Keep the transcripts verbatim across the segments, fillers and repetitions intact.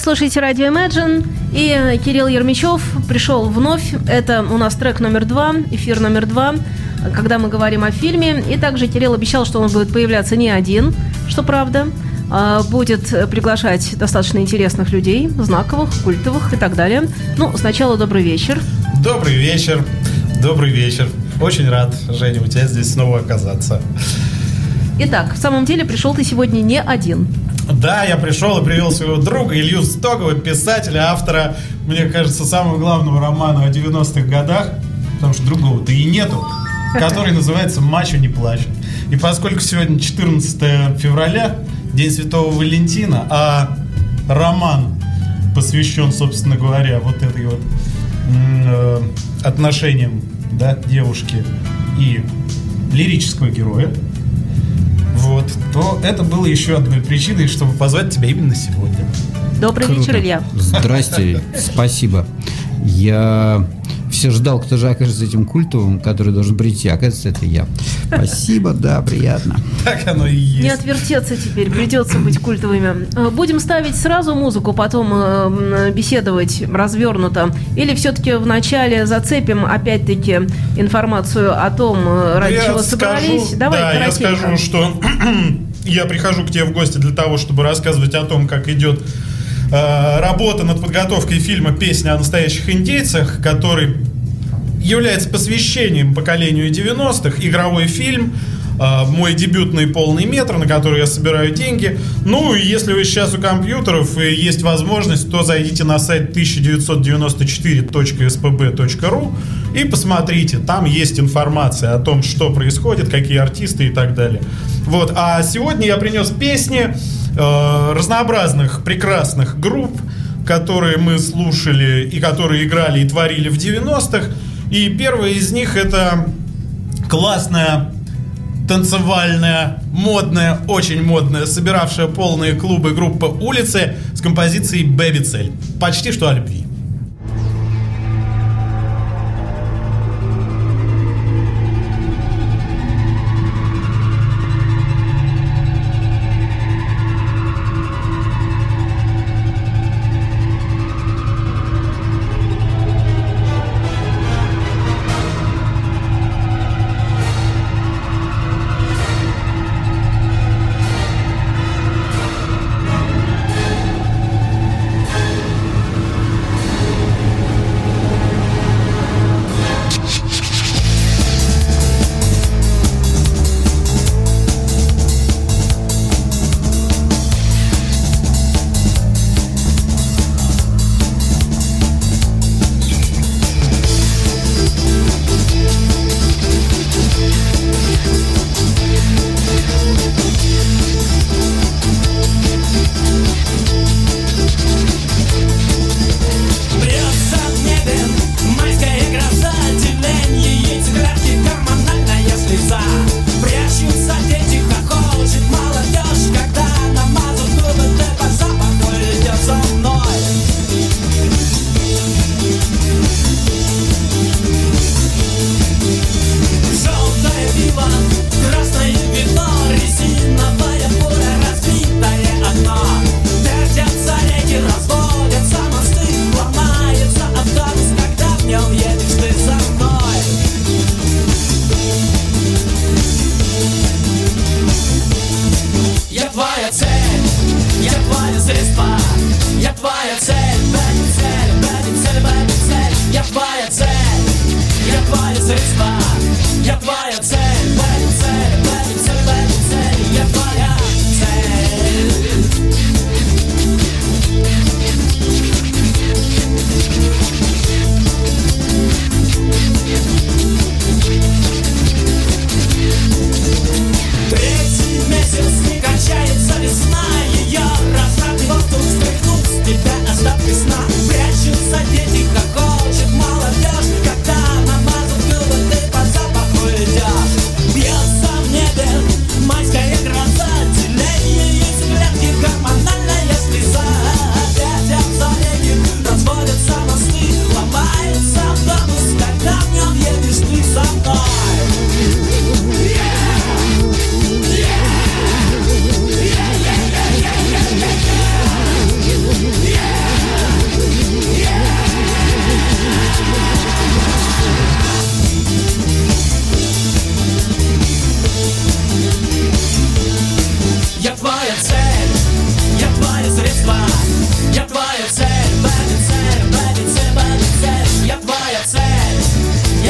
слушаете радио Imagine, и Кирилл Ермичев пришел вновь. Это у нас трек номер два, эфир номер два, когда мы говорим о фильме. И также Кирилл обещал, что он будет появляться не один, что правда. Будет приглашать достаточно интересных людей, знаковых, культовых и так далее. Ну, сначала добрый вечер. Добрый вечер, добрый вечер. Очень рад, Женя, у тебя здесь снова оказаться. Итак, в самом деле пришел ты сегодня не один. Да, я пришел и привел своего друга Илью Стокова, писателя, автора, мне кажется, самого главного романа о девяностых годах, потому что другого-то и нету, который называется «Мачо не плачет». И поскольку сегодня четырнадцатое февраля, День Святого Валентина, а роман посвящен, собственно говоря, вот этой вот э, отношениям, да, девушки и лирического героя, вот, то это было еще одной причиной, чтобы позвать тебя именно сегодня. Добрый Круто. вечер, Илья. Здрасте, спасибо. Я все ждал, кто же окажется этим культовым, который должен прийти. Оказывается, это я. Спасибо, да, приятно. Так оно и есть. Не отвертеться теперь, придется быть культовыми. Будем ставить сразу музыку, потом беседовать развернуто? Или все-таки вначале зацепим, опять-таки, информацию о том, ради я чего скажу, собрались? Давай, да, я коротенько. скажу, что я прихожу к тебе в гости для того, чтобы рассказывать о том, как идет э, работа над подготовкой фильма «Песня о настоящих индейцах», который является посвящением поколению девяностых, игровой фильм, э, мой дебютный полный метр, на который я собираю деньги. Ну, и если вы сейчас у компьютеров и есть возможность, то зайдите на сайт тысяча девятьсот девяносто четыре точка эс пэ бэ точка ру и посмотрите, там есть информация о том, что происходит, какие артисты и так далее. Вот, а сегодня я принес песни э, разнообразных прекрасных групп, которые мы слушали и которые играли и творили в девяностых. И первая из них — это классная, танцевальная, модная, очень модная, собиравшая полные клубы группа «Улицы» с композицией «Бэби Цель». Почти что о любви.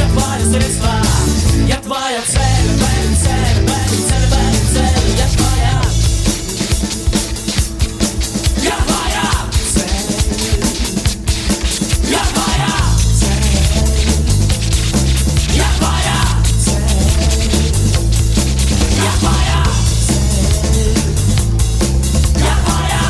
я твое средство, я твоя цель, Бэби, цель, Бэби, цель, Бэби, цель, я твоя. Я твоя цель, я твоя цель, я твоя цель, я твоя цель, я твоя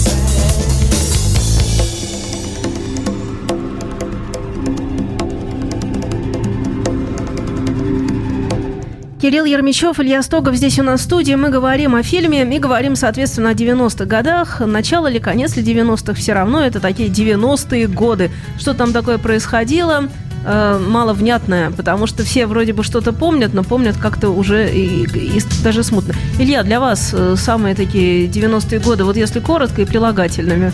Кирилл Ермичев, Илья Стогов здесь у нас в студии. Мы говорим о фильме и говорим, соответственно, о девяностых годах. Начало ли, конец ли девяностых, все равно это такие девяностые годы. Что там такое происходило, э, мало внятное, потому что все вроде бы что-то помнят, но помнят как-то уже и, и даже смутно. Илья, для вас э, самые такие девяностые годы, вот если коротко и прилагательными.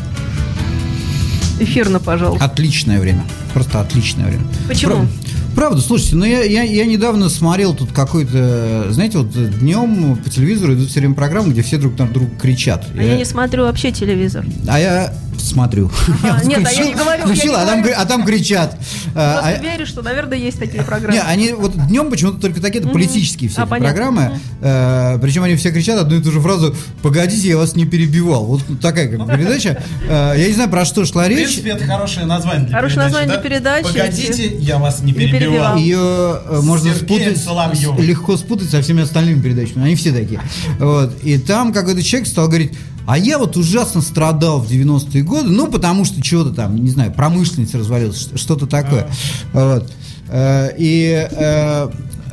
Эфирно, пожалуйста. Отличное время. Просто отличное время. Почему? Правда, правда, слушайте, ну я, я, я недавно смотрел тут какой-то, знаете, вот днем по телевизору идут все время программы, где все друг на друга кричат. А я, я не смотрю вообще телевизор. А я смотрю. А, я нет, включил, а я не говорю. включил, я не а, там, говорю. а там кричат. Просто а, верю, что, наверное, есть такие программы. Не, они вот днем почему-то только такие, это политические все А, эти понятно. программы. Э, причем они все кричат одну и ту же фразу: «Погодите, я вас не перебивал». Вот такая как бы передача. Э, я не знаю, про что шла В речь. принципе, это хорошее название для Хорошее передачи, название да? для передачи. Погодите, я вас не Не перебивал. перебивал. Ее э, можно Сергеем спутать, Соловьевым. легко спутать со всеми остальными передачами. Они все такие. Вот. И там какой-то человек стал говорить: а я вот ужасно страдал в девяностые годы, ну, потому что чего-то там, не знаю, промышленность развалилась, что-то такое. Вот. Э, И э,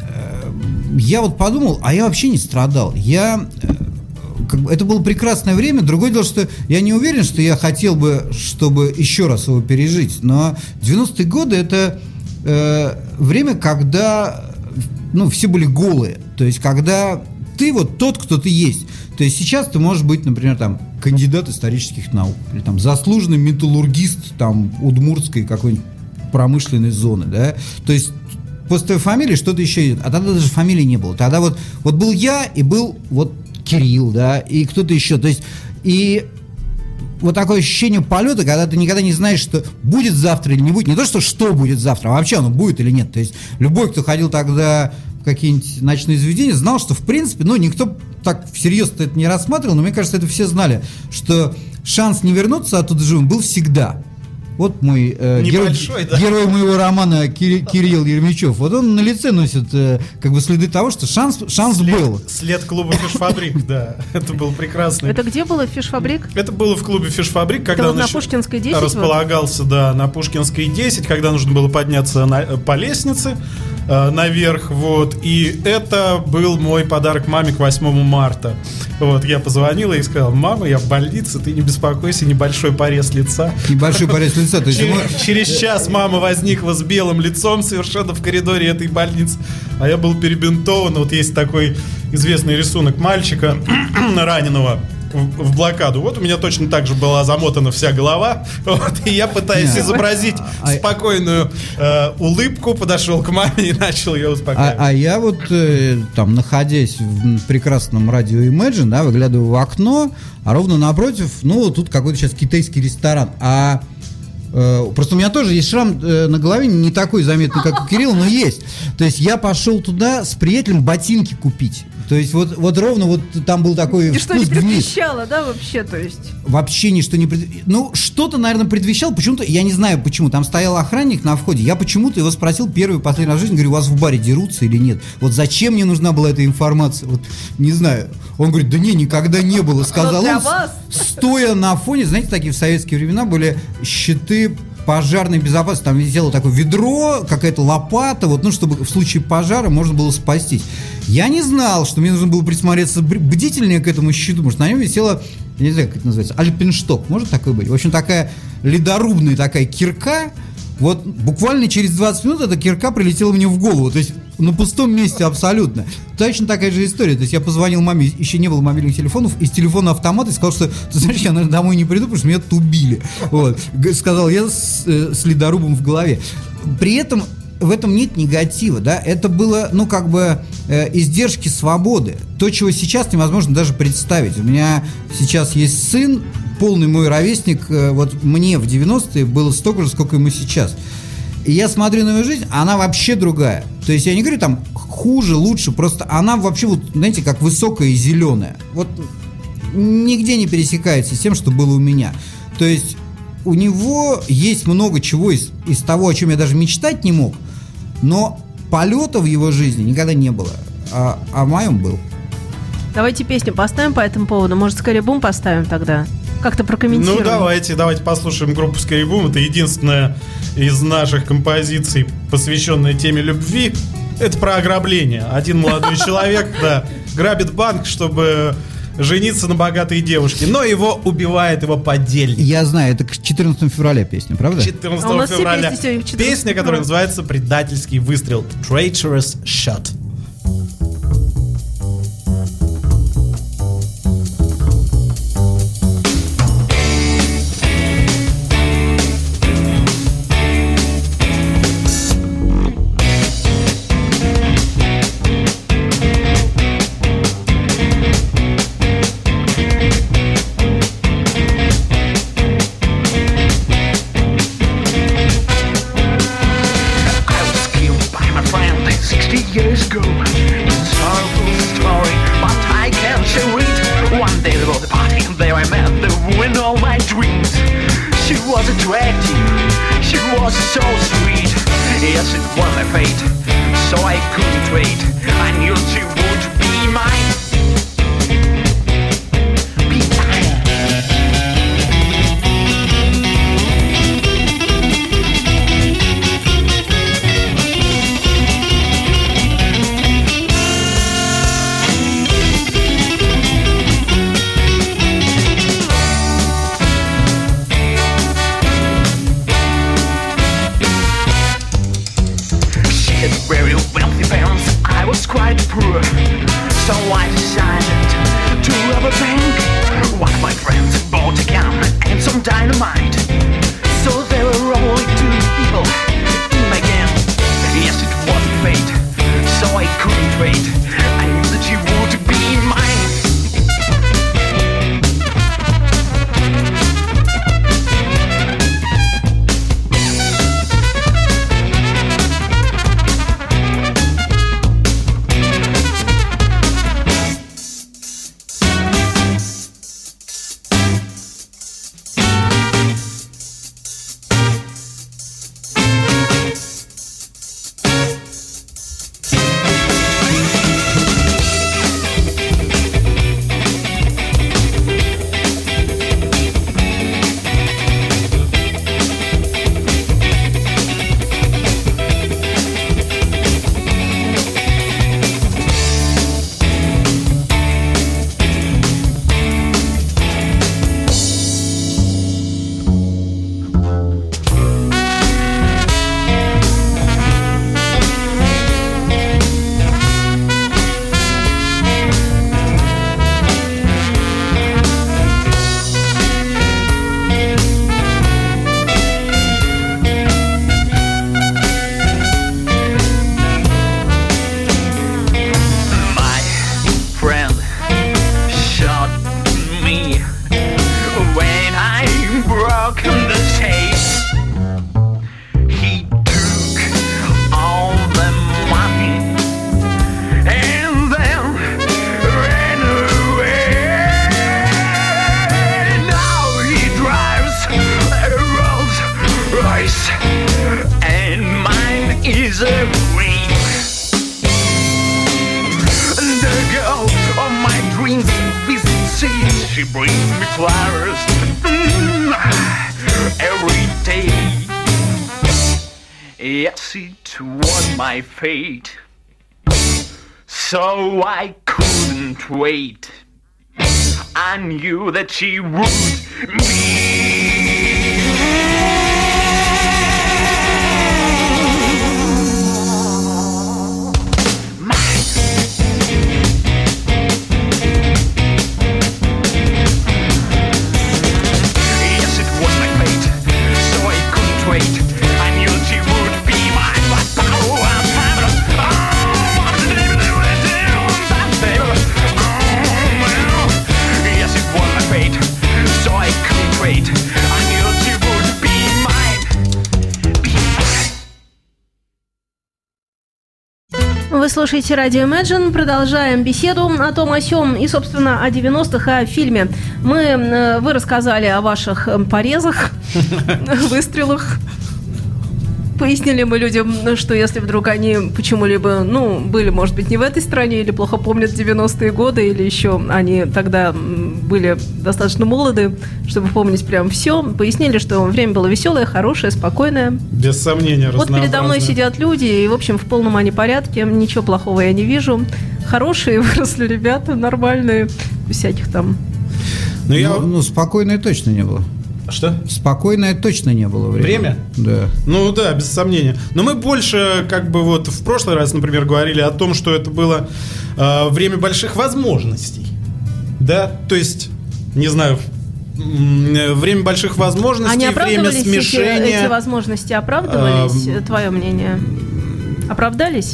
э, я вот подумал, а я вообще не страдал. Я... э, как бы это было прекрасное время. Другое дело, что я не уверен, что я хотел бы, чтобы еще раз его пережить. Но девяностые годы — это э, время, когда, ну, все были голые. То есть, когда ты вот тот, кто ты есть. То есть сейчас ты можешь быть, например, там, кандидат исторических наук, или там заслуженный металлургист там удмуртской какой-нибудь промышленной зоны, да. То есть после твоей фамилии что-то еще идет. А тогда даже фамилии не было. Тогда вот, вот был я и был вот Кирилл, да, и кто-то еще. То есть и вот такое ощущение полета, когда ты никогда не знаешь, что будет завтра или не будет. Не то, что что будет завтра, а вообще оно будет или нет. То есть любой, кто ходил тогда в какие-нибудь ночные заведения, знал, что в принципе, ну, никто так всерьез это не рассматривал, но мне кажется, это все знали, что шанс не вернуться оттуда живым был всегда. Вот мой э, герой, да? герой моего романа Кир, Кирилл Ермичев. Вот он на лице носит э, как бы следы того, что шанс, шанс след, был. След клуба «Фишфабрик», да. Это был прекрасный. Это где было, Фишфабрик? Это было в клубе «Фишфабрик», когда вот он на еще Пушкинской десять располагался, вот? Да, на Пушкинской десять, когда нужно было подняться на, по лестнице э, наверх, вот. И это был мой подарок маме к восьмому марта. Вот, я позвонила и сказал: мама, я в больнице, ты не беспокойся, небольшой порез лица. Небольшой порез лица. То есть Через, ему... через час мама возникла с белым лицом совершенно в коридоре этой больницы, а я был перебинтован. Вот есть такой известный рисунок мальчика раненого в, в блокаду. Вот у меня точно так же была замотана вся голова. Вот, и я, пытаясь Нет. изобразить А- спокойную э, улыбку, подошел к маме и начал ее успокаивать. А, а я вот э, там, находясь в прекрасном радио Imagine, да, выглядываю в окно, а ровно напротив, ну, тут какой-то сейчас китайский ресторан. А э, просто у меня тоже есть шрам э, на голове, не такой заметный, как у Кирилла, но есть. То есть я пошел туда с приятелем ботинки купить. То есть вот, вот ровно вот там был такой И что не спуск вниз. предвещало, да, вообще, то есть? Вообще ничто не предвещало. Ну, что-то, наверное, предвещал. Почему-то, я не знаю почему. Там стоял охранник на входе. Я почему-то его спросил первый и последний раз в жизни. Говорю: у вас в баре дерутся или нет? Вот зачем мне нужна была эта информация? Вот, не знаю. Он говорит: да не, никогда не было. Сказал для он, вас. стоя на фоне. Знаете, такие в советские времена были щиты пожарной безопасности. Там висело такое ведро, какая-то лопата, вот, ну, чтобы в случае пожара можно было спастись. Я не знал, что мне нужно было присмотреться бдительнее к этому щиту, потому что на нем висела, я не знаю, как это называется, альпиншток, может такое быть? В общем, такая ледорубная такая кирка. Вот буквально через двадцать минут эта кирка прилетела мне в голову. То есть на пустом месте абсолютно. Точно такая же история. То есть я позвонил маме, еще не было мобильных телефонов, из телефона автомата и сказал, что, ты знаешь, я, наверное, домой не приду, потому что меня тут убили. Вот. Сказал я с, с ледорубом в голове. При этом в этом нет негатива, да, это было, ну, как бы э, издержки свободы. То, чего сейчас невозможно даже представить. У меня сейчас есть сын, полный мой ровесник, э, вот мне в девяностые было столько же, сколько ему сейчас. И я смотрю на ее жизнь, она вообще другая. То есть я не говорю там хуже, лучше, просто она вообще вот, знаете, как высокая и зеленая. Вот нигде не пересекается с тем, что было у меня. То есть у него есть много чего из, из того, о чем я даже мечтать не мог, но полета в его жизни никогда не было, а, а в моем был. Давайте песню поставим по этому поводу. Может, скорее бум поставим тогда? Как-то прокомментируем. Ну, давайте, давайте послушаем группу Scary Boom. Это единственная из наших композиций, посвященная теме любви. Это про ограбление. Один молодой человек, да, грабит банк, чтобы жениться на богатой девушке, но его убивает его подельник. Я знаю, это к четырнадцатому февраля песня, правда? четырнадцатого А у нас все февраля. песни сегодня к четырнадцатому Песня, которая называется «Предательский выстрел». Traitorous Shot. Years ago, it's a sorrowful story, but I can't share it. One day before the party, there I met the woman of my dreams. She was attractive, she was so sweet. Yes, it was my fate, so I couldn't wait. I knew she would be mine. Be mine. Very wealthy parents, I was quite poor, so I decided to rob a bank. One of my friends bought a gun and some dynamite, so there were only two people in my gang. Yes, it was fate, so I couldn't wait. I knew that she would be mine. She brings me flowers mm, every day. Yes, it was my fate, so I couldn't wait. I knew that she would be. Yes, it was my fate, so I couldn't wait. Вы слушаете радио Imagine, продолжаем беседу о том, о сём и, собственно, о девяностых, о фильме. Мы, вы рассказали о ваших порезах, выстрелах. Пояснили мы людям, что если вдруг они почему-либо, ну, были, может быть, не в этой стране, или плохо помнят девяностые годы, или еще они тогда были достаточно молоды, чтобы помнить прям все, пояснили, что время было веселое, хорошее, спокойное. Без сомнения, Вот передо мной сидят люди, и, в общем, в полном они порядке, ничего плохого я не вижу. Хорошие выросли ребята, нормальные, всяких там. Ну, я... ну, ну спокойное точно не было. Что? Спокойное точно не было время. Время? Да. Ну да, без сомнения. Но мы больше, как бы вот в прошлый раз, например, говорили о том, что это было э, время больших возможностей. Да, то есть, не знаю, время больших возможностей, Они время смешения. Эти, эти возможности оправдывались, а, твое мнение? Оправдались?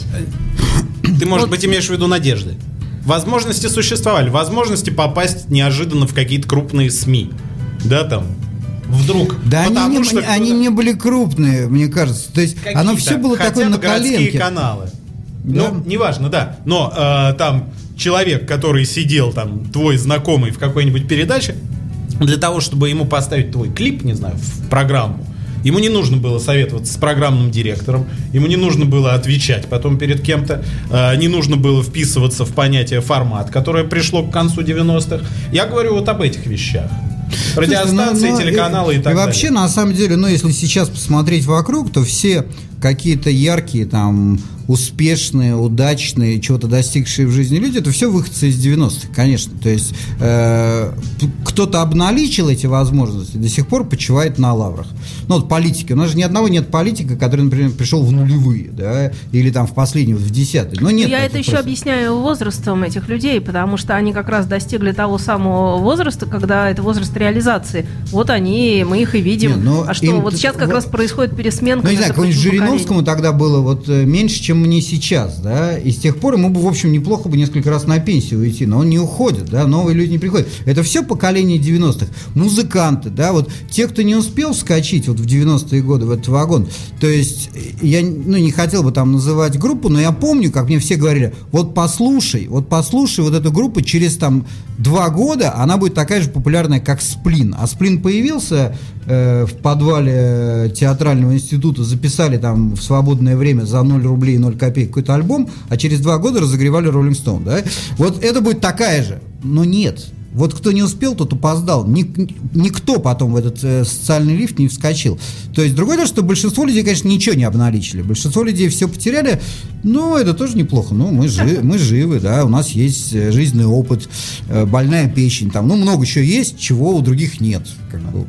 Ты, может вот. быть, имеешь в виду надежды. Возможности существовали. Возможности попасть неожиданно в какие-то крупные СМИ. Да, там. Вдруг. Да, они не, что они не были крупные, мне кажется. То есть какие-то, оно все было такое на коленке. Каналы. Да? Ну, неважно, да. Но э, там человек, который сидел, там, твой знакомый в какой-нибудь передаче, для того, чтобы ему поставить твой клип, не знаю, в программу, ему не нужно было советоваться с программным директором, ему не нужно было отвечать потом перед кем-то, э, не нужно было вписываться в понятие формат, которое пришло к концу девяностых. Я говорю вот об этих вещах. Радиостанции, ну, ну, телеканалы и, и так и далее. Вообще, на самом деле, ну, если сейчас посмотреть вокруг, то все какие-то яркие, там, успешные, удачные, чего-то достигшие в жизни люди, это все выходцы из девяностых, конечно. То есть э, кто-то обналичил эти возможности, до сих пор почивает на лаврах. Ну, вот политики. У нас же ни одного нет политика, который, например, пришел в нулевые, да, или там в последние, в десятые. Но нет. Я это еще просто объясняю возрастом этих людей, потому что они как раз достигли того самого возраста, когда это возраст реализации. Вот они, мы их и видим. Нет, ну, а что, им, вот сейчас как вот, раз происходит пересменка. Ну, не знаю, какому-нибудь Жириновскому тогда было вот меньше, чем мне сейчас, да, и с тех пор ему бы, в общем, неплохо бы несколько раз на пенсию уйти, но он не уходит, да, новые люди не приходят. Это все поколение девяностых. Музыканты, да, вот те, кто не успел вскочить вот в девяностые годы в этот вагон, то есть я, ну, не хотел бы там называть группу, но я помню, как мне все говорили, вот послушай, вот послушай вот эту группу, через там два года она будет такая же популярная, как Сплин. А Сплин появился э, в подвале театрального института, записали там в свободное время за ноль рублей и ноль копеек какой-то альбом, а через два года разогревали Роллинг Стоун, да? Вот это будет такая же, но нет. Вот кто не успел, тот опоздал. Ник, никто потом в этот э, социальный лифт не вскочил. То есть, другое дело, что большинство людей, конечно, ничего не обналичили. Большинство людей все потеряли, но это тоже неплохо. Ну, мы, жи, мы живы, да, у нас есть жизненный опыт, э, больная печень, там, ну, много еще есть, чего у других нет, как бы.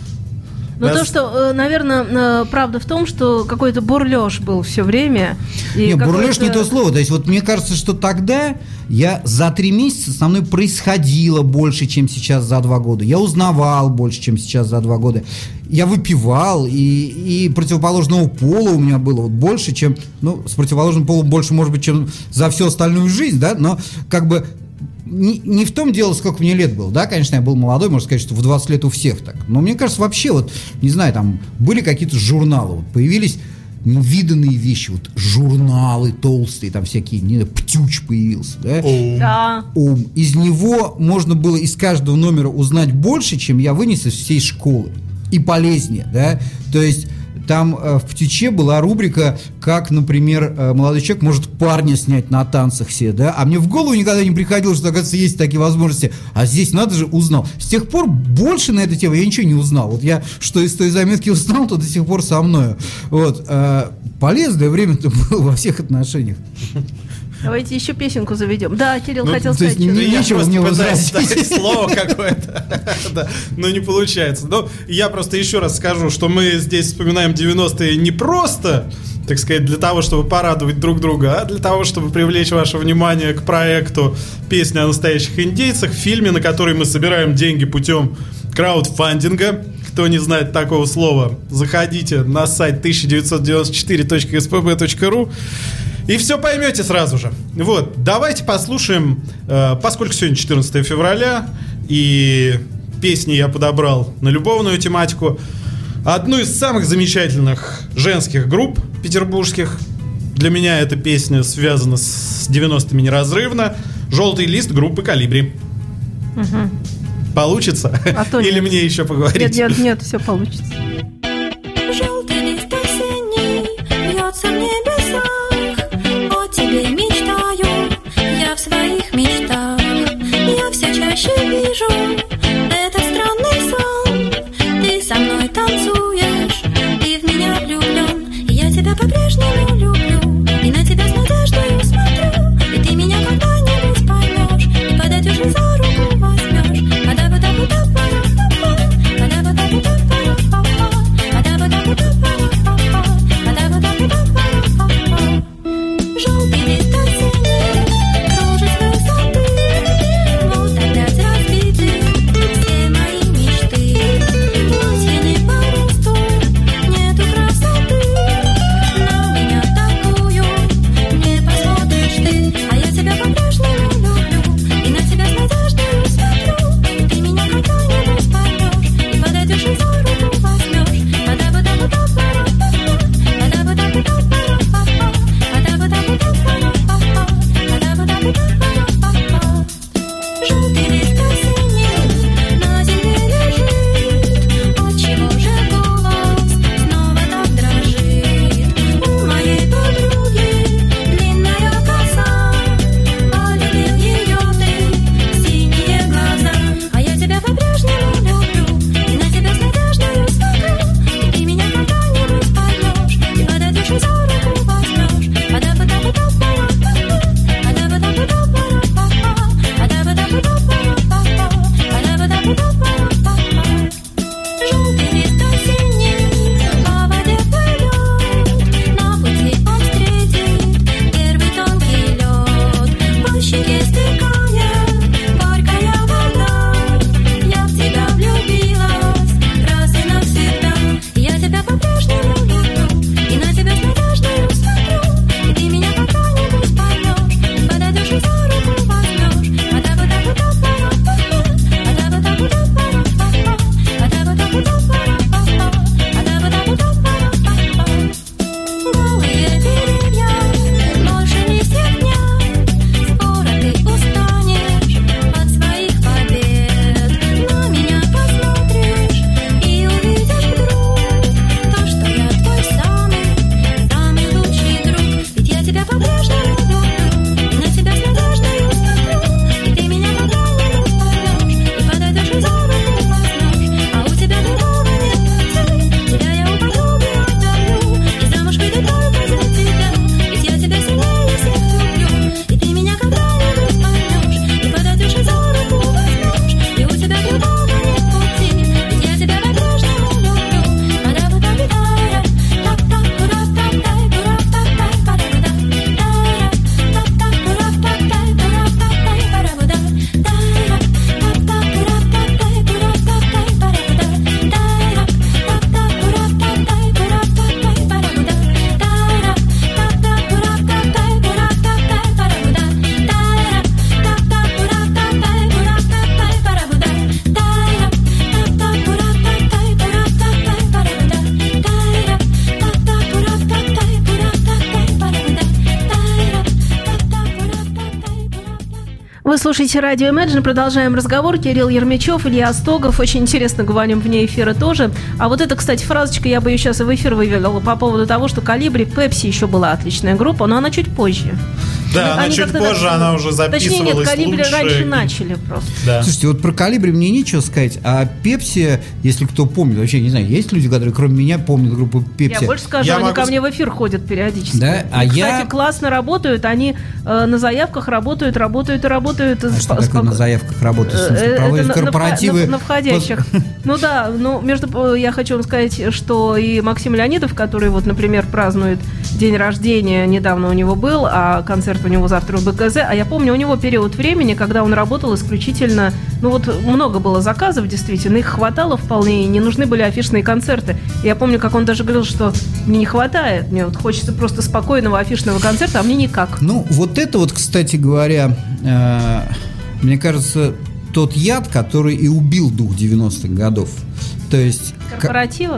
Но то, что, наверное, правда в том, что какой-то бурлеж был все время. И не, бурлеж не то слово. То есть, вот мне кажется, что тогда я за три месяца со мной происходило больше, чем сейчас за два года. Я узнавал больше, чем сейчас за два года. Я выпивал, и, и противоположного пола у меня было вот больше, чем... Ну, с противоположным полом больше, может быть, чем за всю остальную жизнь, да, но как бы... Не, не в том дело, сколько мне лет было. Да, конечно, я был молодой, можно сказать, что в двадцать лет у всех так. Но мне кажется, вообще, вот, не знаю, там были какие-то журналы, вот, появились невиданные вещи, вот, журналы толстые, там всякие, не знаю, Птюч появился, да? Да. Ом. Из него можно было из каждого номера узнать больше, чем я вынес из всей школы. И полезнее, да? То есть... Там э, в «Птиче» была рубрика, как, например, э, молодой человек может парня снять на танцах все, да, а мне в голову никогда не приходило, что, оказывается, есть такие возможности, а здесь, надо же, узнал. С тех пор больше на эту тему я ничего не узнал. Вот я, что из той заметки узнал, то до сих пор со мною. Вот. Э, полезное время-то было во всех отношениях. Давайте еще песенку заведем. Да, Кирилл ну, хотел сказать. Ну, я нечего просто мне пытаюсь дать слово какое-то, но не получается. Но я просто еще раз скажу, что мы здесь вспоминаем девяностые не просто, так сказать, для того, чтобы порадовать друг друга, а для того, чтобы привлечь ваше внимание к проекту «Песня о настоящих индейцах», фильме, на который мы собираем деньги путем краудфандинга. Кто не знает такого слова, заходите на сайт тысяча девятьсот девяносто четыре точка эс пэ бэ точка ру и все поймете сразу же. Вот, давайте послушаем, э, поскольку сегодня четырнадцатое февраля, и песни я подобрал на любовную тематику, одну из самых замечательных женских групп петербургских, Для меня эта песня связана с девяностыми неразрывно. «Желтый лист» группы «Колибри». Угу. Получится? А то Или нет. мне еще поговорить? Нет, нет, нет, все получится. Желтый лист осенний вьется в небесах. О тебе мечтаю я в своих мечтах. Я все чаще вижу этот странный сон. Ты со мной танцуешь, ты в меня влюблен. И я тебя по-прежнему люблю, и на тебя с надеждой смотрю. И ты меня когда-нибудь поймешь, и подойдешь и за руку возьмешь. Желтый лист осенний кружит с высоты. Вот опять разбиты все мои мечты. Платье не по росту, нету красоты. На меня такую не посмотришь ты. А я тебя по-прежнему люблю, и на тебя с надеждой смотрю. И ты меня когда-нибудь поймешь, и подойдешь и за руку возьмешь. Желтый лист осенний на земле лежит. Отчего же голос снова так дрожит? У моей подруги длинная коса, полюбил ее ты, синие глаза. А я тебя по-прежнему люблю, и на тебя с надеждой смотрю. И ты меня когда-нибудь поймешь, и подойдешь и за руку возьмешь. Желтый лист осенний по воде плывет. На пути он встретит первый тонкий лед. По щеке стекает горькая вода. Я в тебя влюбилась раз и навсегда. И я тебя по-прежнему люблю, и на тебя с надеждой смотрю. И ты меня когда-нибудь поймешь, и подойдешь и за руку возьмешь. Голые деревья больше не стеснят. Скоро ты устанешь от своих побед. На меня посмотришь и увидишь вдруг то, что я твой самый, самый лучший друг. Ведь я тебя по-прежнему люблю, и на тебя с надеждой смотрю. И ты меня когда-нибудь поймешь, и подойдешь и за руку возьмешь. А у тебя другого нет пути, тебя я у подруги отдаю, и замуж выйду только за тебя. Ведь я тебя сильнее всех люблю, и ты меня когда-нибудь поймешь, и подойдешь и за руку возьмешь. И у тебя другого нет пути, ведь я тебя по-прежнему люблю. Пара-пара-пара, так-так-пура-так-тай, пура-так-тай, пара-пара, тара, так-так-пура-так-тай, пура-так-тай, пара-пара, тара, так-так-пура-так-тай, пура-так-тай, пара-пара, тара, так-так-пура-так-тай, пура-так-тай, пара-пара, тара, так-так-пура-так-тай, пура-так-тай, пара-пара, тара, так-так-пура-так-тай, пура-так-тай, пара-пара, тара, так-так-пура-так-тай, пура-так-тай, пара-пара, тара, так-так-пура-так-тай, пура-так-тай, пара-пара, тара, так-так-пура-так-тай, пура-так-тай. Вы слушаете радио Imagine, продолжаем разговор. Кирилл Ермячев, Илья Стогов. Очень интересно говорим вне эфира тоже. А вот эта, кстати, фразочка, я бы ее сейчас и в эфир вывела по поводу того, что «Колибри», «Пепси» еще была отличная группа, но она чуть позже. Да, она Они чуть как-то позже, так- она уже записывалась Точнее, нет, «Колибри» лучше. раньше начали просто. Да. Слушайте, вот про «Колибри» мне нечего сказать, а «Пепси», если кто помнит, вообще, не знаю, есть люди, которые кроме меня помнят группу «Пепси»? Я больше скажу, Я они могу ко с- мне в эфир ходят периодически. Да? А И, кстати, я- классно работают, они э, на заявках работают, работают и работают. А что такое на заявках работать? В смысле, Э, проводят это на- на корпоративы? вхо- На, на входящих. Ну да, ну, между, я хочу вам сказать, что и Максим Леонидов, который, вот, например, празднует день рождения, недавно у него был, а концерт у него завтра в БКЗ, а я помню, у него период времени, когда он работал исключительно, ну вот много было заказов, действительно, их хватало вполне, и не нужны были афишные концерты. И я помню, как он даже говорил, что мне не хватает, мне вот хочется просто спокойного афишного концерта, а мне никак. Ну, вот это вот, кстати говоря, э, мне кажется, тот яд, который и убил дух девяностых годов. То есть... ка- Корпоратива?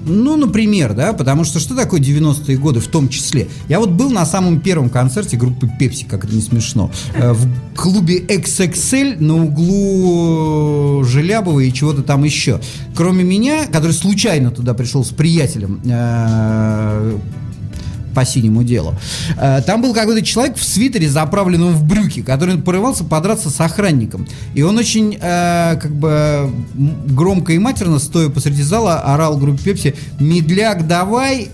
Ну, например, да, потому что что такое девяностые годы в том числе? Я вот был на самом первом концерте группы Пепси, как это не смешно, э, в клубе икс икс эль на углу Желябова и чего-то там еще. Кроме меня, который случайно туда пришел с приятелем, э, по синему делу. Там был какой-то человек в свитере, заправленном в брюки, который порывался подраться с охранником. И он очень э, как бы громко и матерно, стоя посреди зала, орал группе Пепси: «Медляк, давай!»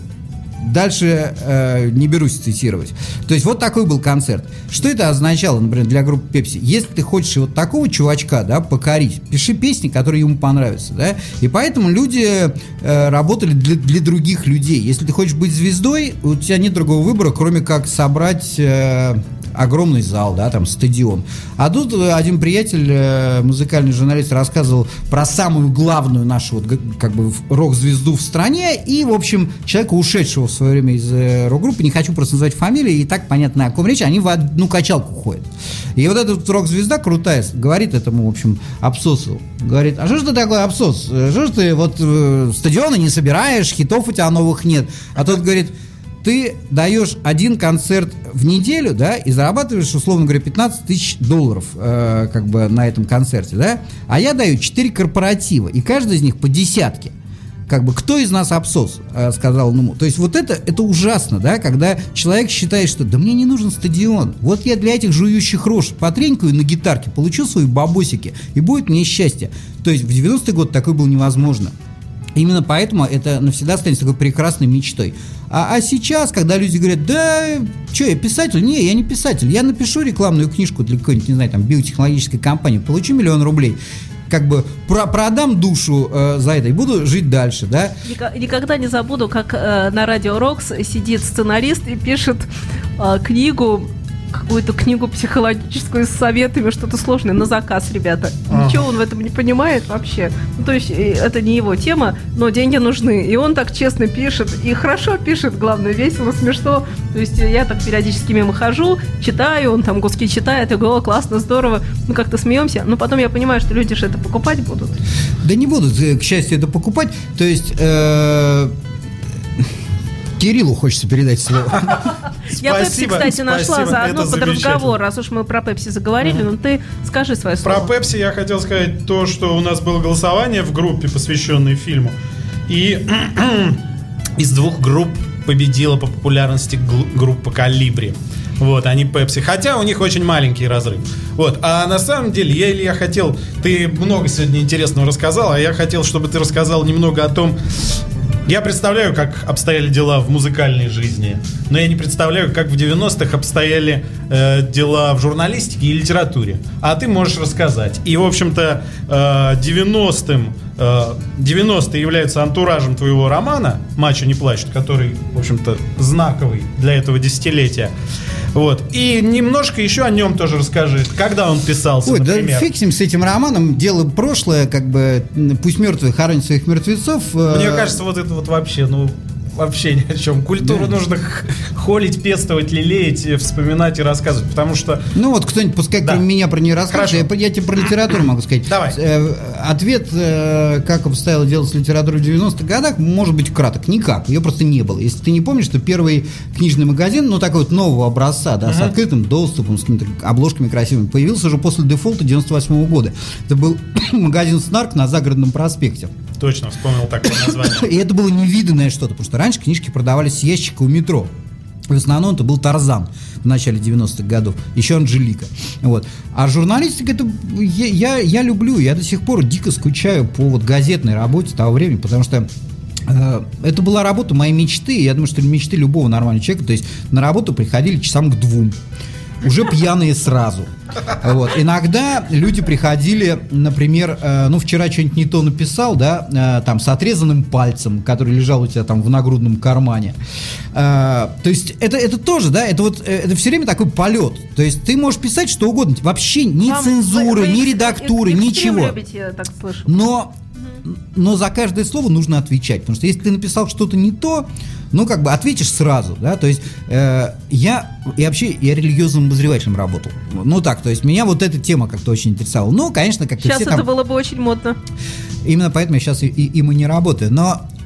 Дальше э, не берусь цитировать. То есть вот такой был концерт. Что это означало, например, для группы Пепси? Если ты хочешь вот такого чувачка, да, покорить, пиши песни, которые ему понравятся, да. И поэтому люди э, работали для, для других людей. Если ты хочешь быть звездой, у тебя нет другого выбора, кроме как собрать э, огромный зал, да, там стадион. А тут один приятель, э, музыкальный журналист, рассказывал про самую главную нашу вот, как бы рок-звезду в стране и, в общем, человека, ушедшего в свое время из э, рок-группы, не хочу просто называть фамилию, и так понятно, о ком речь, они в одну качалку ходят. И вот эта вот рок-звезда крутая говорит этому, в общем, Абсосу, говорит: а что ж ты такой, Абсос? Что ж ты вот э, стадионы не собираешь, хитов у тебя новых нет? А тот говорит: ты даешь один концерт в неделю, да, и зарабатываешь, условно говоря, пятнадцать тысяч долларов э, как бы на этом концерте, да, а я даю четыре корпоратива, и каждый из них по десятке. Как бы, кто из нас Абсос, э, сказал он ему. То есть вот это, это ужасно, да, когда человек считает, что да мне не нужен стадион, вот я для этих жующих рож потренькаю на гитарке, получу свои бабосики, и будет мне счастье. То есть в девяностые годы такое было невозможно. Именно поэтому это навсегда станет такой прекрасной мечтой. А, а сейчас, когда люди говорят: да, что, я писатель? Не, я не писатель. Я напишу рекламную книжку для какой-нибудь, не знаю, там, биотехнологической компании, получу миллион рублей, как бы про- продам душу э, за это и буду жить дальше, да? Никогда не забуду, как э, на Радио Рокс сидит сценарист и пишет э, книгу, какую-то книгу психологическую с советами, что-то сложное на заказ, ребята. Ага. Ничего он в этом не понимает вообще. Ну, то есть это не его тема, но деньги нужны. И он так честно пишет, и хорошо пишет, главное, весело, смешно. То есть я так периодически мимо хожу, читаю, он там куски читает, и говорю: о, классно, здорово. Мы как-то смеемся. Но потом я понимаю, что люди же это покупать будут. Да не будут, к счастью, это покупать. То есть... Э- Кириллу хочется передать слово. Я Пепси, кстати, нашла заодно под разговор, раз уж мы про Пепси заговорили, но ты скажи свое слово. Про Пепси я хотел сказать то, что у нас было голосование в группе, посвященное фильму, и из двух групп победила по популярности группа Колибри. Вот, они Пепси. Хотя у них очень маленький разрыв. Вот, а на самом деле, я, я хотел... Ты много сегодня интересного рассказал, а я хотел, чтобы ты рассказал немного о том... Я представляю, как обстояли дела в музыкальной жизни, но я не представляю, как в девяностых обстояли э, дела в журналистике и литературе. А ты можешь рассказать. И, в общем-то, э, девяностым, э, девяностые являются антуражем твоего романа «Мачо не плачет», который, в общем-то, знаковый для этого десятилетия. Вот. И немножко еще о нем тоже расскажи. Когда он писался, Ой, например? Да фиг с ним, с этим романом. Дело прошлое, как бы, пусть мертвые хоронят своих мертвецов. Мне кажется, вот это вот вообще, ну, вообще ни о чем. Культуру да. нужно холить, пестовать, лелеять, вспоминать и рассказывать, потому что... Ну вот кто-нибудь, пускай да. кроме меня про нее расскажет. Я, я тебе про литературу могу сказать. Давай. Э, ответ, э, как обстояло дело с литературой в девяностых годах, может быть краток. Никак. Ее просто не было. Если ты не помнишь, что первый книжный магазин, ну такой вот нового образца, да, uh-huh. с открытым доступом, с какими-то обложками красивыми, появился уже после дефолта девяносто восьмого года. Это был магазин «Снарк» на Загородном проспекте. Точно, вспомнил такое название. И это было невиданное что-то, потому что раньше книжки продавались с ящика у метро. В основном это был Тарзан в начале девяностых годов, еще Анжелика. Вот. А журналистика, это я, я, я люблю, я до сих пор дико скучаю по вот газетной работе того времени, потому что э, это была работа моей мечты, я думаю, что мечты любого нормального человека. То есть на работу приходили часам к двум. Уже пьяные сразу. Вот. Иногда люди приходили, например, э, ну, вчера что-нибудь не то написал, да, э, там, с отрезанным пальцем, который лежал у тебя там в нагрудном кармане. Э, то есть это, это тоже, да, это вот, это все время такой полет. То есть ты можешь писать что угодно, вообще ни Вам, цензуры, вы, вы, ни редактуры, вы, вы ничего. Любите, я так слышу. Но, но за каждое слово нужно отвечать, потому что если ты написал что-то не то, ну, как бы ответишь сразу, да, то есть э, я, и вообще, я религиозным обозревателем работал, ну, так, то есть меня вот эта тема как-то очень интересовала, ну, конечно, как-то сейчас все это там... было бы очень модно. Именно поэтому я сейчас и, и, им и не работаю, но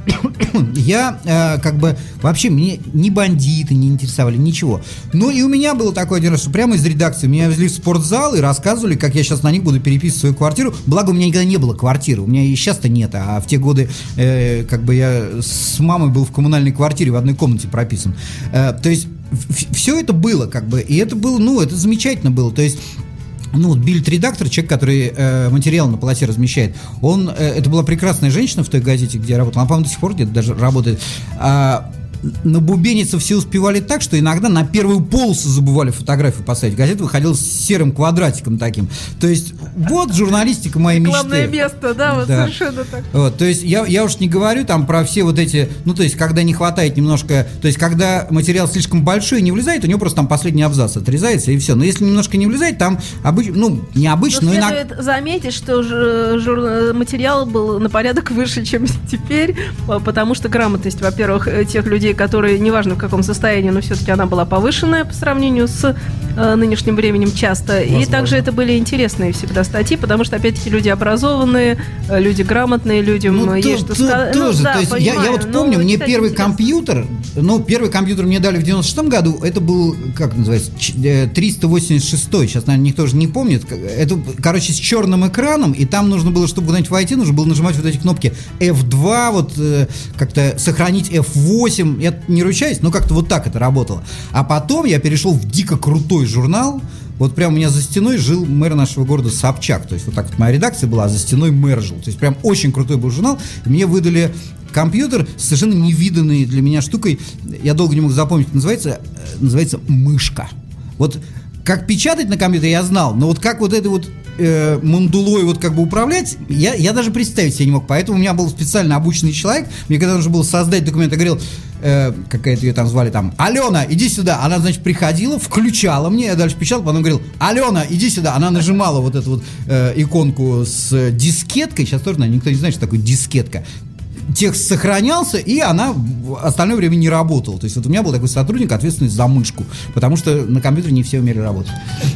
я э, как бы вообще мне ни бандиты не интересовали, ничего. Но и у меня было такое один раз, что прямо из редакции меня везли в спортзал и рассказывали, как я сейчас на них буду переписывать свою квартиру. Благо у меня никогда не было квартиры, у меня и сейчас-то нет, а в те годы э, как бы я с мамой был в коммунальной квартире в одной комнате прописан. Э, то есть все это было как бы, и это было, ну, это замечательно было, то есть. Ну, вот бильд-редактор, человек, который э, материал на полосе размещает, он, э, это была прекрасная женщина в той газете, где я работал, она, по-моему, до сих пор где-то даже работает, а, набубениться все успевали так, что иногда на первую полосу забывали фотографию поставить. Газета выходила с серым квадратиком таким. То есть, вот журналистика моей мечты. Главное место, да, вот да. совершенно так. Вот, то есть, я, я уж не говорю там про все вот эти, ну, то есть, когда не хватает немножко, то есть, когда материал слишком большой и не влезает, у него просто там последний абзац отрезается и все. Но если немножко не влезает, там обычно, ну, необычно, но, но иногда... следует заметить, что ж, жур, материал был на порядок выше, чем теперь, потому что грамотность, во-первых, тех людей, которые, неважно в каком состоянии, но все-таки она была повышенная по сравнению с э, нынешним временем часто. Возможно. И также это были интересные всегда статьи, потому что, опять-таки, люди образованные, люди грамотные, людям ну, есть то, что сказать. То, тоже, ну, да, то есть понимаю, я, я вот помню, мне первый интересно. компьютер, ну, первый компьютер мне дали в девяносто шестом году, это был, как называется, триста восемьдесят шестой, сейчас, наверное, никто же не помнит. Это, короче, с черным экраном, и там нужно было, чтобы куда-нибудь войти, нужно было нажимать вот эти кнопки эф два, вот э, как-то сохранить эф восемь, я не ручаюсь, но как-то вот так это работало. А потом я перешел в дико крутой журнал. Вот прям у меня за стеной жил мэр нашего города Собчак. То есть вот так вот моя редакция была, а за стеной мэр жил. То есть прям очень крутой был журнал. И мне выдали компьютер с совершенно невиданной для меня штукой. Я долго не мог запомнить, называется, называется мышка. Вот как печатать на компьютере я знал, но вот как вот это вот э, мандулой вот как бы управлять, я, я даже представить себе не мог. Поэтому у меня был специально обученный человек. Мне когда нужно было создать документ, я говорил, э, какая-то ее там звали там, Алена, иди сюда. Она, значит, приходила, включала мне, я дальше печатал, потом говорил, Алена, иди сюда. Она нажимала вот эту вот э, иконку с дискеткой. Сейчас тоже, наверное, никто не знает, что такое дискетка. Текст сохранялся, и она остальное время не работала. То есть вот у меня был такой сотрудник, ответственный за мышку, потому что на компьютере не все умели работать.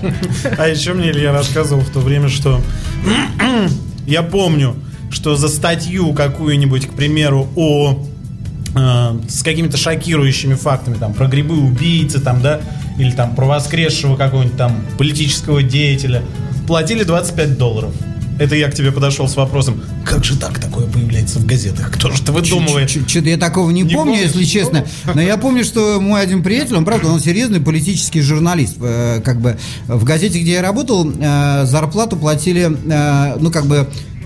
А еще мне Илья рассказывал в то время, что я помню, что за статью какую-нибудь, к примеру, о э, с какими-то шокирующими фактами, там, про грибы-убийцы, там, да, или там про воскресшего какого-нибудь там политического деятеля, платили двадцать пять долларов. Это я к тебе подошел с вопросом, как же так такое появляется в газетах? Кто же это выдумывает? Что-то я такого не, не помню, если честно. Но я помню, что мой один приятель, он, правда, он серьезный политический журналист. Как бы в газете, где я работал, зарплату платили, ну, как бы,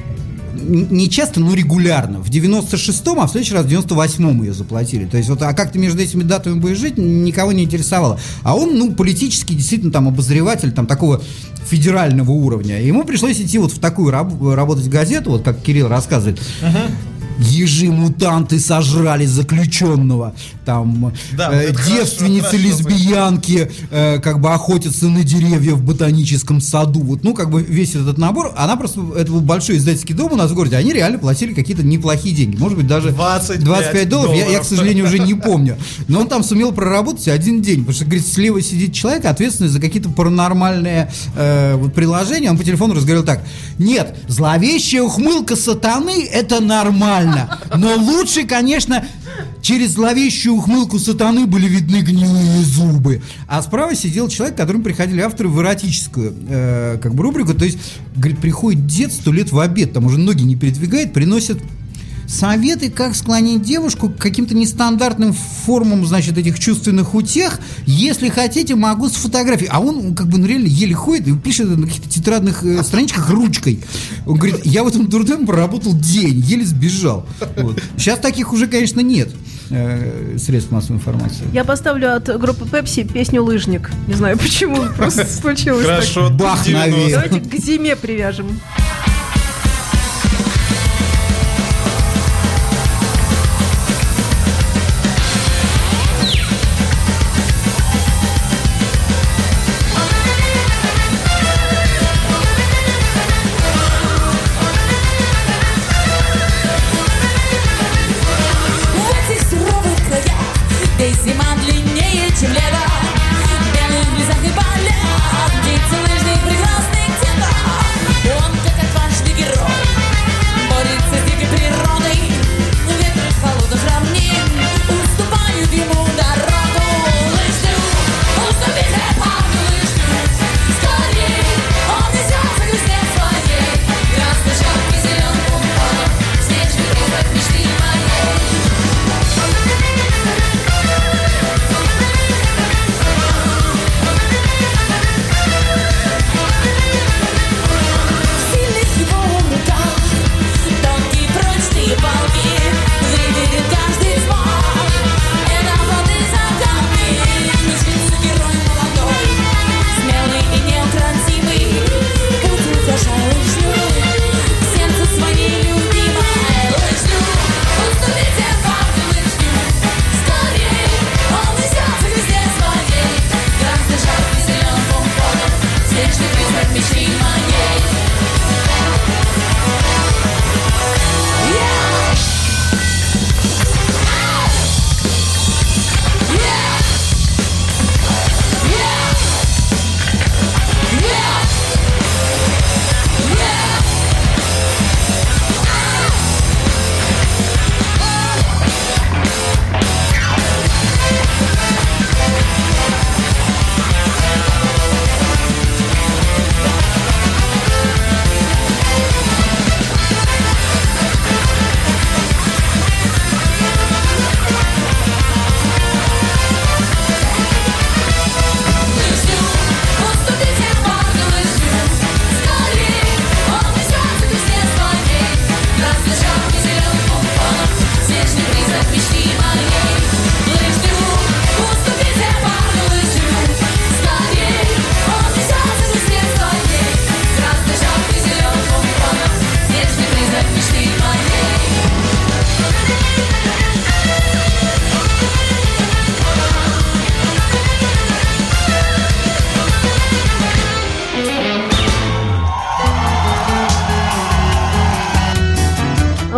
не часто, но регулярно. В девяносто шестом, а в следующий раз в девяносто восьмом ее заплатили. То есть вот, а как ты между этими датами будешь жить, никого не интересовало. А он, ну, политически, действительно, там, обозреватель, там, такого федерального уровня. Ему пришлось идти вот в такую раб- работать газету, вот как Кирилл рассказывает. Uh-huh. Ежи-мутанты сожрали заключенного. Там да, э, девственницы, лесбиянки э, как бы охотятся на деревья в ботаническом саду. Вот, ну, как бы весь этот набор. Она просто, это был большой издательский дом у нас в городе. Они реально платили какие-то неплохие деньги. Может быть, даже двадцать пять долларов. Я, я, к сожалению, уже не помню. Но он там сумел проработать один день. Потому что, говорит, слева сидит человек, ответственный за какие-то паранормальные э, вот, приложения. Он по телефону разговаривал так: нет, зловещая ухмылка сатаны — это нормально. Но лучше, конечно, через зловещую ухмылку сатаны были видны гнилые зубы. А справа сидел человек, к которому приходили авторы в эротическую э, как бы рубрику. То есть, говорит, приходит дед сто лет в обед, там уже ноги не передвигает, приносит советы, как склонить девушку к каким-то нестандартным формам, значит, этих чувственных утех. Если хотите, могу с фотографией. А он, как бы, ну, реально еле ходит и пишет на каких-то тетрадных э, страничках ручкой. Он говорит, я в этом дурдоме проработал день, еле сбежал. Вот. Сейчас таких уже, конечно, нет э, средств массовой информации. Я поставлю от группы Pepsi песню «Лыжник». Не знаю, почему, просто случилось так. Хорошо, бах наверх. Давайте к зиме привяжем. Белых близах и полях, птицы лыжных прекрасных цветов. Он как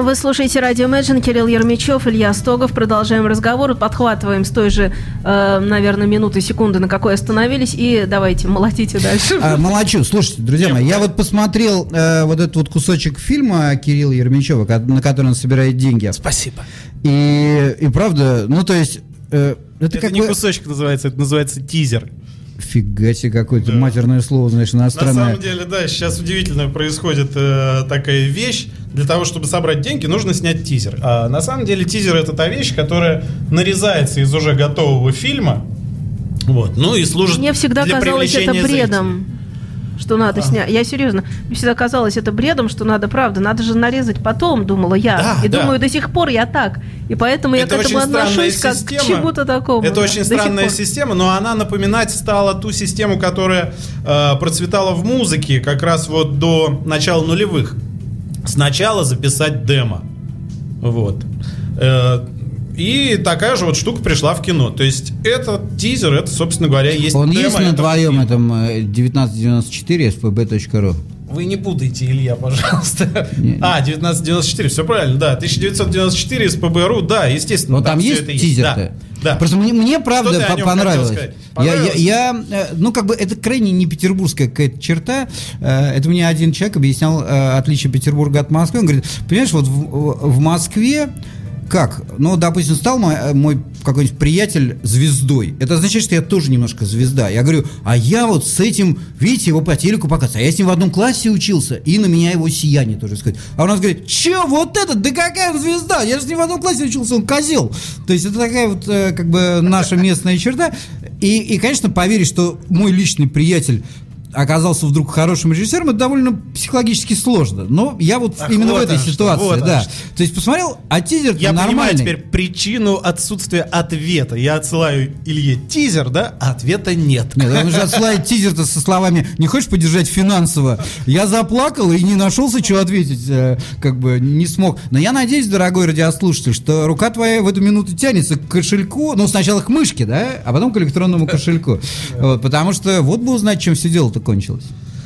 Вы слушаете радио Imagine, Кирилл Ермичев, Илья Стогов. Продолжаем разговор, подхватываем с той же, э, наверное, минуты, секунды, на какой остановились, и давайте, молотите дальше. А, молочу. Слушайте, друзья мои, я вот посмотрел э, вот этот вот кусочек фильма Кирилла Ермичева, ко- на который он собирает деньги. Спасибо. И, и правда, ну то есть... э, это Это как не бы... кусочек называется, это называется тизер. Фига себе, какое-то Да. матерное слово, знаешь, На иностранное. самом деле, да, сейчас удивительно происходит э, такая вещь. Для того, чтобы собрать деньги, нужно снять тизер. А на самом деле тизер — это та вещь, которая нарезается из уже готового фильма. Вот. Ну и служит Мне всегда для казалось это привлечения бредом, что надо снять. Я серьезно, мне всегда казалось это бредом, что надо, правда, надо же нарезать потом, думала я. Да, и да. думаю, до сих пор я так. И поэтому я Это к этому очень странная отношусь как система. к чему-то такому. Это да, очень до сих странная пор. система, но она напоминать стала ту систему, которая э, процветала в музыке как раз вот до начала нулевых. Сначала записать демо. Вот. Э, и такая же вот штука пришла в кино. То есть этот тизер, это, собственно говоря, есть Он демо есть на этого твоем фильма. этом э, девятнадцать девяносто четыре эс пэ бэ точка ру? Вы не путайте, Илья, пожалуйста. Не. А, девятнадцать девяносто четыре, все правильно, да. тысяча девятьсот девяносто четыре эс пэ бэ ру, да, естественно. Но там всё есть это тизер-то? Да, да. Просто мне, мне правда Что ты о по- нем понравилось. хотел сказать? Я, я, Понравилось? я, э, ну, как бы это крайне не петербургская какая-то черта. Э, Это мне один человек объяснял э, отличие Петербурга от Москвы. Он говорит, понимаешь, вот в, в Москве как? Ну, допустим, стал мой, мой какой-нибудь приятель звездой. Это означает, что я тоже немножко звезда. Я говорю, а я вот с этим, видите, его по телеку показывают. А я с ним в одном классе учился, и на меня его сияние тоже сказать. А у нас говорит, че, вот этот, да какая он звезда? Я же с ним в одном классе учился, он козел. То есть это такая вот э, как бы наша местная черта. И, и, конечно, поверить, что мой личный приятель оказался вдруг хорошим режиссером, это довольно психологически сложно. Но я вот Ах, именно вот в этой оно что, ситуации, вот оно да. что. То есть посмотрел, а тизер Я нормальный. понимаю теперь причину отсутствия ответа. Я отсылаю Илье тизер, да, а ответа нет. Нет, он же отсылает тизер-то со словами «Не хочешь поддержать финансово?» Я заплакал и не нашелся, что ответить, э, как бы не смог. Но я надеюсь, дорогой радиослушатель, что рука твоя в эту минуту тянется к кошельку, ну, сначала к мышке, да, а потом к электронному кошельку. Вот, потому что вот бы узнать, чем все дело-то кончилось.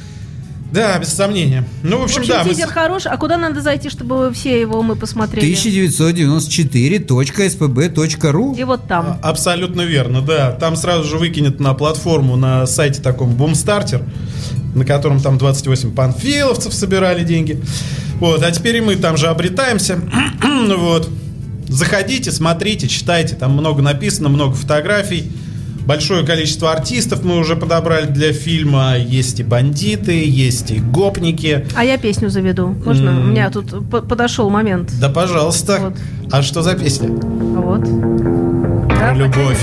Да, без сомнения. Ну, в В общем, общем, да. мы с- тизер хорош. А куда надо зайти, чтобы все его мы посмотрели? тысяча девятьсот девяносто четыре точка эс пэ бэ точка ру. И вот там. Абсолютно верно, да. Там сразу же выкинет на платформу, на сайте таком Boomstarter, на котором там двадцать восемь панфиловцев собирали деньги. Вот, а теперь и мы там же обретаемся. Ну вот. Заходите, смотрите, читайте. Там много написано, много фотографий. Большое количество артистов мы уже подобрали для фильма. Есть и бандиты, есть и гопники. А я песню заведу. Можно? М. У меня тут п- подошел момент. Да, пожалуйста. Вот. А что за песня? Вот. Про Да, любовь.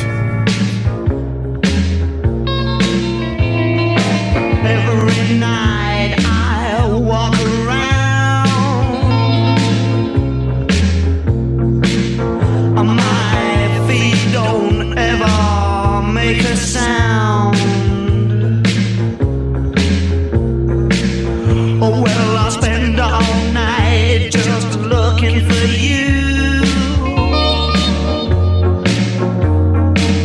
Every night I walk around. My feet don't ever make a sound. Oh, well, I spend all night just looking for you.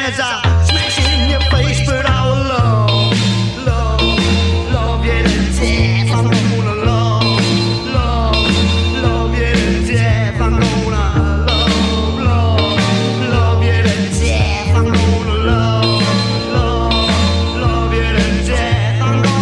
as I smash it in your face, but I will love, love, love you to death. I'm gonna love, love, love you to death. I'm gonna love, love, love you to death. I'm gonna love, love, love you to death. I'm gonna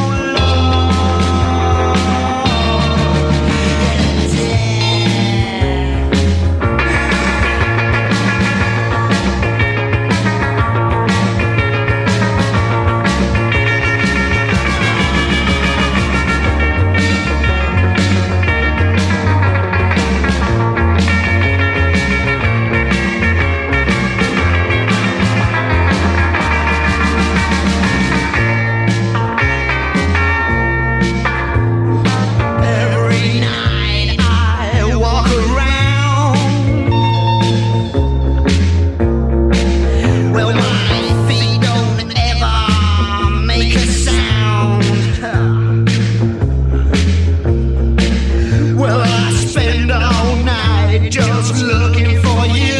every night I walk around. Well, my feet don't ever make a sound. Well, I spend all night just looking for you.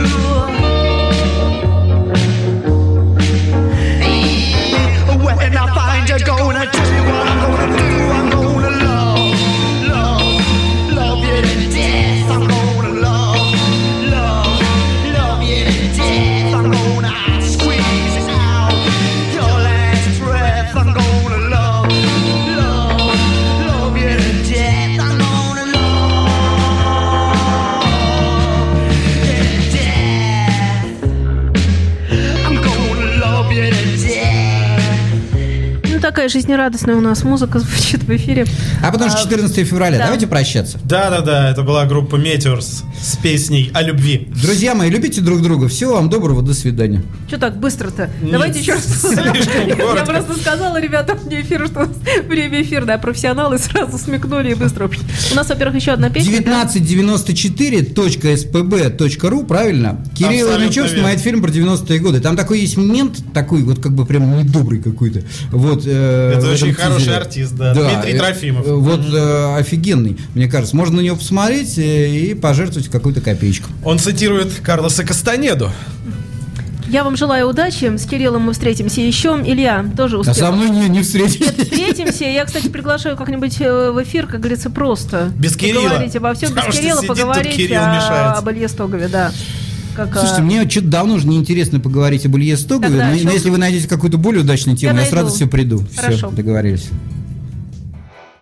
And when I find you, gonna do what I'm gonna do. I'm gonna love, love, love you to death. I'm gonna love, love, love you to death. I'm gonna squeeze out your last breath. I'm gonna love, love, love you to death. I'm gonna love you to death. I'm gonna love you to death. Ну, такая жизнерадостная у нас музыка звучит в эфире. А потом же четырнадцатого февраля. да. Давайте прощаться. Да-да-да, это была группа Meteors с песней о любви. Друзья мои, любите друг друга. Всего вам доброго, до свидания. Что так быстро-то? Нет, Давайте еще раз. слишком Я коротко. просто сказала ребятам вне эфира, что у нас время эфирное, а профессионалы сразу смекнули и быстро. У нас, во-первых, еще одна песня. да? девятнадцать девяносто четыре точка эс пэ бэ точка ру, правильно? Кирилл Абсолютно Ильичев верно. снимает фильм про девяностые годы. Там такой есть момент, такой вот как бы прям недобрый какой-то. Вот, э, Это в очень этом хороший тизере. артист, да, Дмитрий э, Трофимов. э, Вот э, офигенный, мне кажется. Можно на него посмотреть э, и пожертвовать какую-то копеечку. Он цитирует Карлоса Кастанеду. Я вам желаю удачи. С Кириллом мы встретимся еще. Илья тоже А успел. со мной не, не встретились. Встретимся. Я, кстати, приглашаю как-нибудь э, в эфир, как говорится, просто. Без Кирилла. Поговорить обо всем. Без Потому что Кирилла сидит тут поговорить Кирилл, о- мешает. об Илье Стогове, да. Как, Слушайте, а, мне что-то давно уже неинтересно поговорить об Илье Стогове, Тогда но, о чем? но если вы найдете какую-то более удачную тему, я, найду. сразу все приду. Хорошо. Все, договорились.